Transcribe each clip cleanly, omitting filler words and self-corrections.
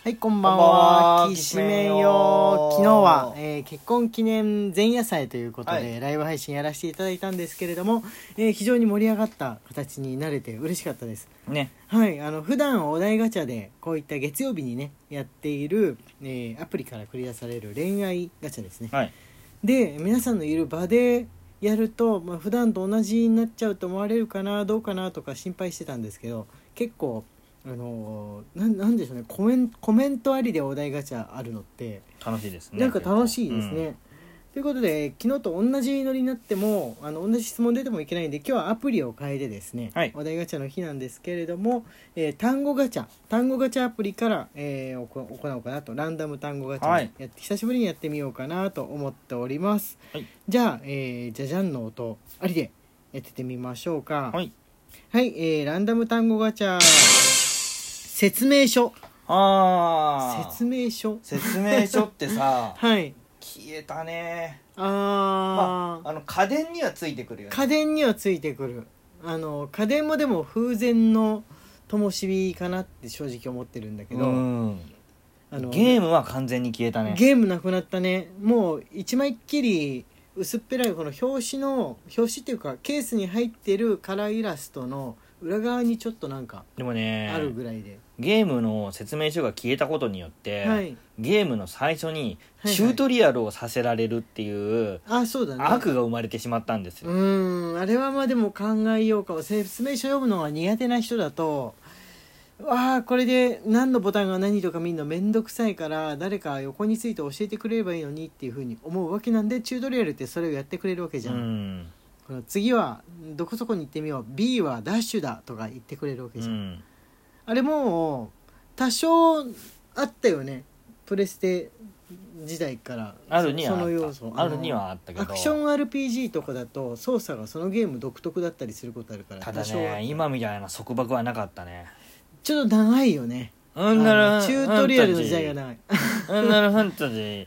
はい、こんばんは。きしめんよ。昨日は、結婚記念前夜祭ということで、はい、ライブ配信やらせていただいたんですけれども、非常に盛り上がった形になれて嬉しかったですね。 はい、普段お題ガチャでこういった月曜日にねやっている、アプリから繰り出される恋愛ガチャですね、 はい、 で皆さんのいる場でやると、普段と同じになっちゃうと思われるかなどうかなとか心配してたんですけど、結構なんでしょうね、コメントありでお題ガチャあるのって楽しいですね。 なんか楽しいですね、ということで昨日と同じノリになっても同じ質問出てもいけないんで、今日はアプリを変えてですね、 はい、 お題ガチャの日なんですけれども、単語ガチャアプリから、行おうかなと。ランダム単語ガチャ、久しぶりにやってみようかなと思っております、はい、じゃあ、じゃじゃんの音ありでやってみましょうか。 はい、 はい、ランダム単語ガチャ説明書。説明書ってさはい消えたね。 家電にはついてくるよね。 家電にはついてくる。家電もでも風前の灯火かなって正直思ってるんだけど、 ゲームは完全に消えたね。 ゲームなくなったね。もう一枚っきり薄っぺらいこの表紙っていうかケースに入ってるカラーイラストの裏側にちょっとなんかでもね、 あるぐらいでゲームの説明書が消えたことによって、 はい、 ゲームの最初にチュートリアルをさせられるっていう、 そうだね、 悪が生まれてしまったんですよ。 あれはでも考えようかも。説明書読むのが苦手な人だとこれで何のボタンが何とか見るのめんどくさいから、誰か横について教えてくれればいいのにっていう風に思うわけなんで、チュートリアルってそれをやってくれるわけじゃん。この次はどこそこに行ってみよう、 B はダッシュだとか言ってくれるわけじゃん、あれもう多少あったよね、プレステ時代からその要素あるにはあったけど、 アクション RPG とかだと操作がそのゲーム独特だったりすることあるから、 ただね今みたいな束縛はなかったね。 ちょっと長いよね、チュートリアルの時代が長い。 ファンタジー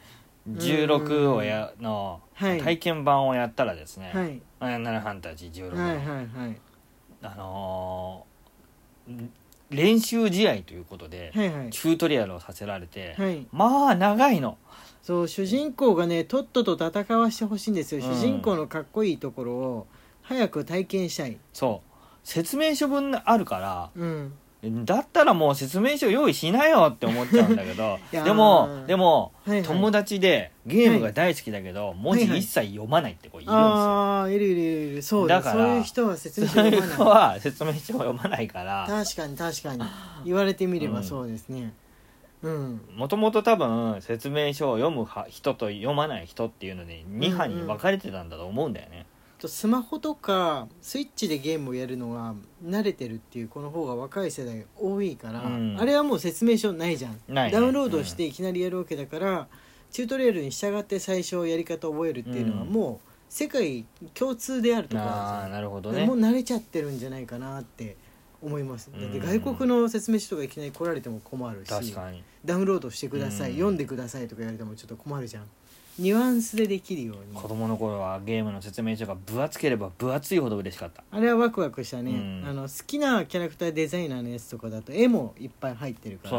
16をの体験版をやったらですね、ファンタジー16の、練習試合ということで、チュートリアルをさせられて、長いの。 そう、主人公がねとっとと戦わしてほしいんですよ、主人公のかっこいいところを早く体験したい。 そう説明書分あるから、だったらもう説明書用意しなよって思っちゃうんだけどでも、友達でゲームが大好きだけど、文字一切読まないって子いるんですよ。 いるそうだからそういう人は説明書読まない。 そういう子は説明書を読まないから。 確かに言われてみればそうですね。 もともと多分説明書を読む人と読まない人っていうので2班に分かれてたんだと思うんだよね。 スマホとかスイッチでゲームをやるのが慣れてるっていう子の方が若い世代多いから、あれはもう説明書ないじゃん、ダウンロードしていきなりやるわけだから、チュートリアルに従って最初やり方を覚えるっていうのはもう世界共通であるとか、 なるほどね、 もう慣れちゃってるんじゃないかなって思います。だって外国の説明書とかいきなり来られても困るし、 確かにダウンロードしてください、読んでくださいとか言われてもちょっと困るじゃん。ニュアンスでできるように。 子供の頃はゲームの説明書が分厚ければ分厚いほど嬉しかった。 あれはワクワクしたね、好きなキャラクターデザイナーのやつとかだと絵もいっぱい入ってるから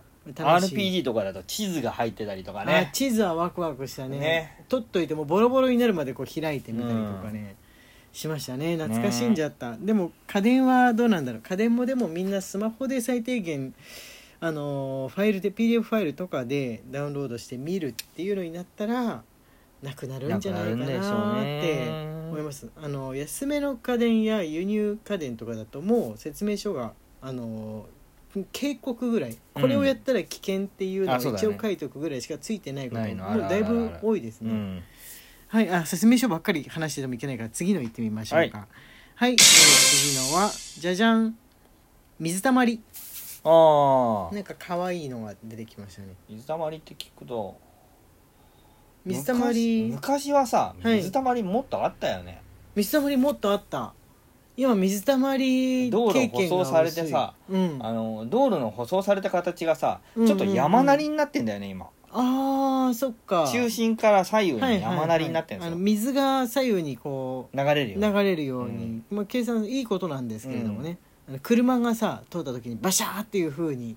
、RPG とかだと地図が入ってたりとかね。 地図はワクワクしたね。取っといてもボロボロになるまでこう開いてみたりとかね、しましたね。懐かしんじゃった、でも家電はどうなんだろう。家電もでもみんなスマホで最低限ファイルで PDF ファイルとかでダウンロードして見るっていうのになったらなくなるんじゃないかなって思います。安めの家電や輸入家電とかだともう説明書が警告ぐらい、これをやったら危険っていうのを一応書いておくぐらいしかついてないこともうだいぶ多いですね。説明書ばっかり話しててもいけないから次の行ってみましょうか。次のはじゃじゃん、水たまり。なんか可愛いのが出てきましたね。 水たまりって聞くと水たまり昔はさ、水たまりもっとあったよね。 水たまりもっとあった。今水たま経験が薄い。 道路舗装されてさ、道路の舗装された形がさ、ちょっと山なりになってんだよね今。そっか。中心から左右に山なりになってるんですよ。 水が左右にこう流れるように、計算いいことなんですけれどもね、車がさ通った時にバシャーっていう風に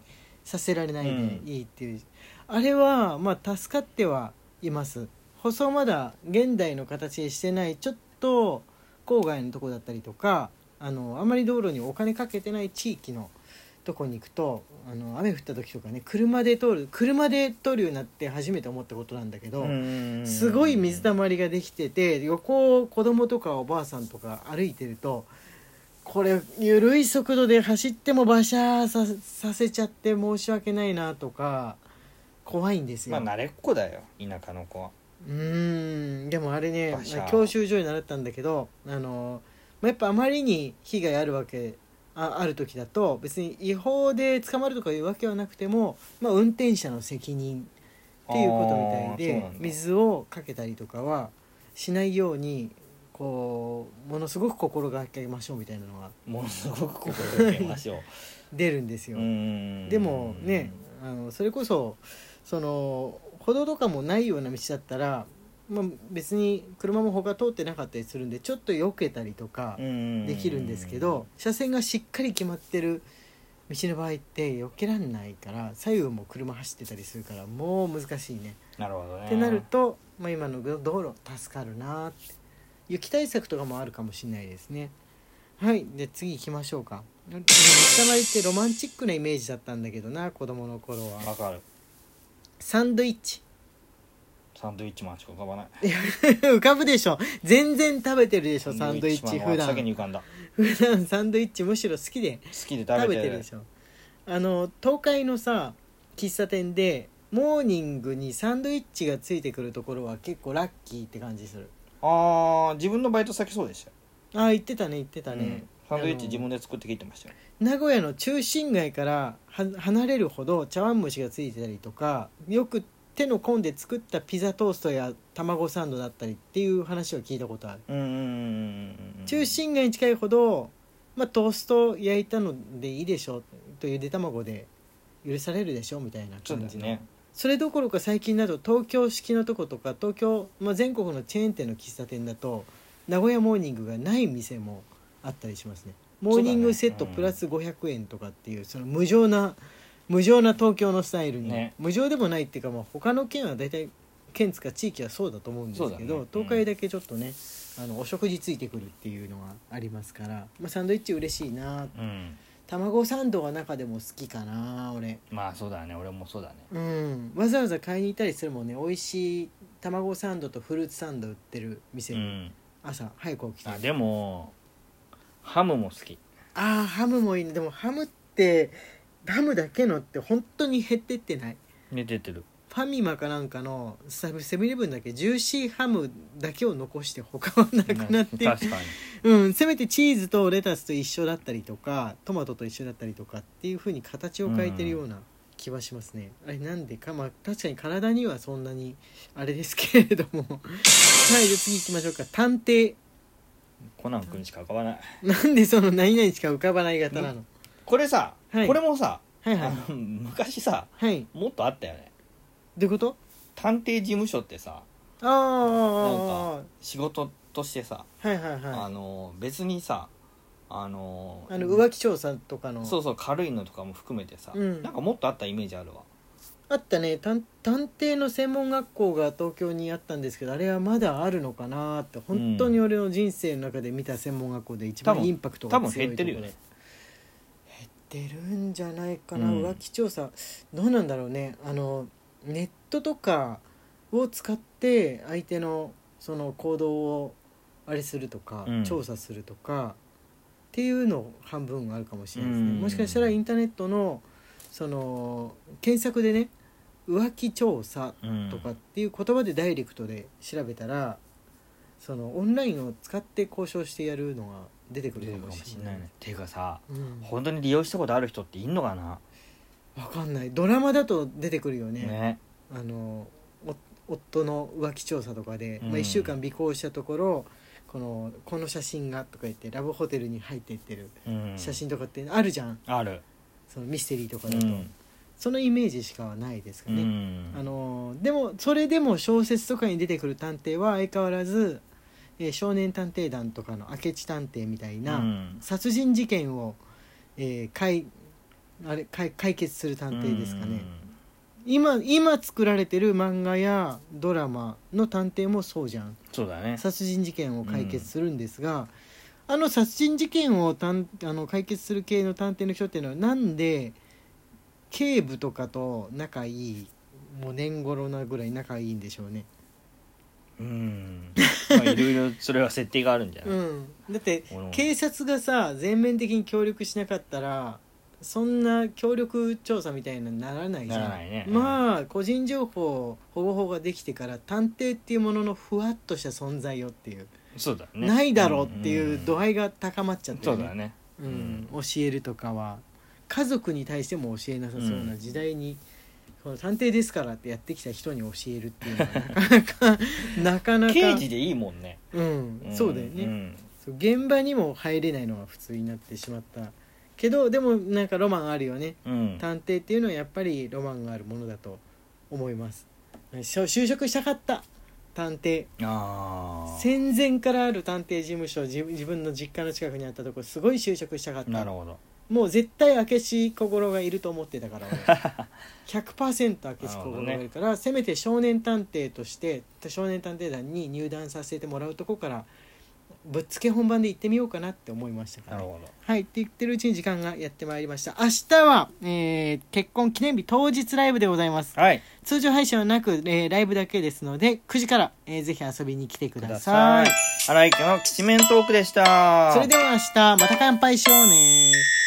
させられないでいいっていう、あれはまあ助かってはいます。舗装まだ現代の形にしてないちょっと郊外のとこだったりとか、あんまり道路にお金かけてない地域のとこに行くと、雨降った時とかね、車で通るようになって初めて思ったことなんだけど、すごい水たまりができてて、横を子供とかおばあさんとか歩いてると、これ緩い速度で走ってもバシャーさせちゃって申し訳ないなとか怖いんですよ。 まあ慣れっこだよ田舎の子は。 でもあれね、教習所に習ったんだけど、やっぱあまりに被害ある時だと別に違法で捕まるとかいうわけはなくても、運転者の責任っていうことみたいで、水をかけたりとかはしないようにこうものすごく心がけましょうみたいなのがものすごく心がけましょう出るんですよ。でもね、それこそその歩道とかもないような道だったら、別に車も他通ってなかったりするんでちょっと避けたりとかできるんですけど、車線がしっかり決まってる道の場合って避けらんないから、左右も車走ってたりするからもう難しいね。 なるほどね。 ってなると、今の道路助かるなって、雪対策とかもあるかもしれないですね。はい、で次行きましょうか。水たまりってロマンチックなイメージだったんだけどな、子供の頃は。 わかる。 サンドイッチマンしか浮かばない。 浮かぶでしょ、全然食べてるでしょサンドイッチ。普段サンドイッチむしろ好きで食べてるでしょ。東海のさ喫茶店でモーニングにサンドイッチがついてくるところは結構ラッキーって感じする。 自分のバイト先そうでしたよ。 言ってたね、 サンドイッチ自分で作ってきてましたよ。 名古屋の中心街から離れるほど茶碗蒸しがついてたりとか、よく手の込んで作ったピザトーストや卵サンドだったりっていう話を聞いたことある。中心街に近いほど、トースト焼いたのでいいでしょとゆで卵で許されるでしょみたいな感じの。それどころか最近だと東京式のとことか東京、全国のチェーン店の喫茶店だと名古屋モーニングがない店もあったりしますね。モーニングセットプラス500円とかっていう、その無情な東京のスタイルに、無情でもないっていうか、他の県は大体県つか地域はそうだと思うんですけど、東海だけちょっとねお食事ついてくるっていうのがありますから、サンドイッチ嬉しいな、卵サンドが中でも好きかな俺。 そうだね、俺もそうだね。 わざわざ買いに行ったりするもんね。美味しい卵サンドとフルーツサンド売ってる店に、朝早く起きて。 でもハムも好き。 ハムもいいね。でもハムだけのって本当に減ってってない？ 出てる。 ファミマかなんかのセブンイレブンだけジューシーハムだけを残して他はなくなって、 確かに、 せめてチーズとレタスと一緒だったりとかトマトと一緒だったりとかっていう風に形を変えてるような気はしますね。あれなんでか、確かに体にはそんなにあれですけれどもはい、じゃあ次行きましょうか。探偵。 コナン君しか浮かばない。 なんでその何々しか浮かばない型なの？ これさ、これもさ、昔さ、もっとあったよね。 どういうこと？ 探偵事務所ってさ、なんか仕事としてさ、別にさ、 浮気調査とかの軽いのとかも含めてさ、なんかもっとあったイメージあるわ。 あったね。探偵の専門学校が東京にあったんですけど、あれはまだあるのかなって。本当に俺の人生の中で見た専門学校で一番インパクトが強いところ。 多分減ってるよね。 減ってるんじゃないかな、浮気調査どうなんだろうね。ネットとかを使って相手のその行動をあれするとか、調査するとかっていうの半分あるかもしれないですね。もしかしたらインターネットのその検索でね、浮気調査とかっていう言葉でダイレクトで調べたら、そのオンラインを使って交渉してやるのが出てくるかもしれないね。 っていうかさ、本当に利用したことある人っていんのかな。 分かんない。ドラマだと出てくるよね。夫の浮気調査とかで、1週間尾行したところこの写真がとか言ってラブホテルに入っていってる写真とかってあるじゃん。 ある。 そのミステリーとかだと、そのイメージしかはないですかね。でもそれでも小説とかに出てくる探偵は相変わらず、少年探偵団とかの明智探偵みたいな、殺人事件を、 あれ解決する探偵ですかね。今作られてる漫画やドラマの探偵もそうじゃん。 そうだね。 殺人事件を解決するんですが、殺人事件を解決する系の探偵の人っていうのはなんで警部とかと仲いい、もう年頃なぐらい仲いいんでしょうね。 まあいろいろそれは設定があるんじゃない、 だって警察がさ全面的に協力しなかったらそんな協力調査みたいなのにならないじゃん。ならないね。まあ個人情報保護法ができてから探偵っていうもののふわっとした存在よっていう、 そうだね、 ないだろうっていう度合いが高まっちゃってそうだね、 教えるとかは家族に対しても教えなさそうな時代に、この探偵ですからってやってきた人に教えるっていうのはなかなか刑事でいいもんね。 そうだよね、そう現場にも入れないのが普通になってしまったけど、でもなんかロマンあるよね、探偵っていうのはやっぱりロマンがあるものだと思います。就職したかった探偵、戦前からある探偵事務所、自分の実家の近くにあったところすごい就職したかった。 なるほど。 もう絶対明智小五郎がいると思ってたから100% 明智小五郎がいるから、せめて少年探偵として少年探偵団に入団させてもらうとこからぶっつけ本番で行ってみようかなって思いましたから、 なるほど。 はいって言ってるうちに時間がやってまいりました。明日は、結婚記念日当日ライブでございます、通常配信はなく、ライブだけですので9時から、ぜひ遊びに来てください。 荒井家のきちめんトークでした。 それでは明日また乾杯しようね。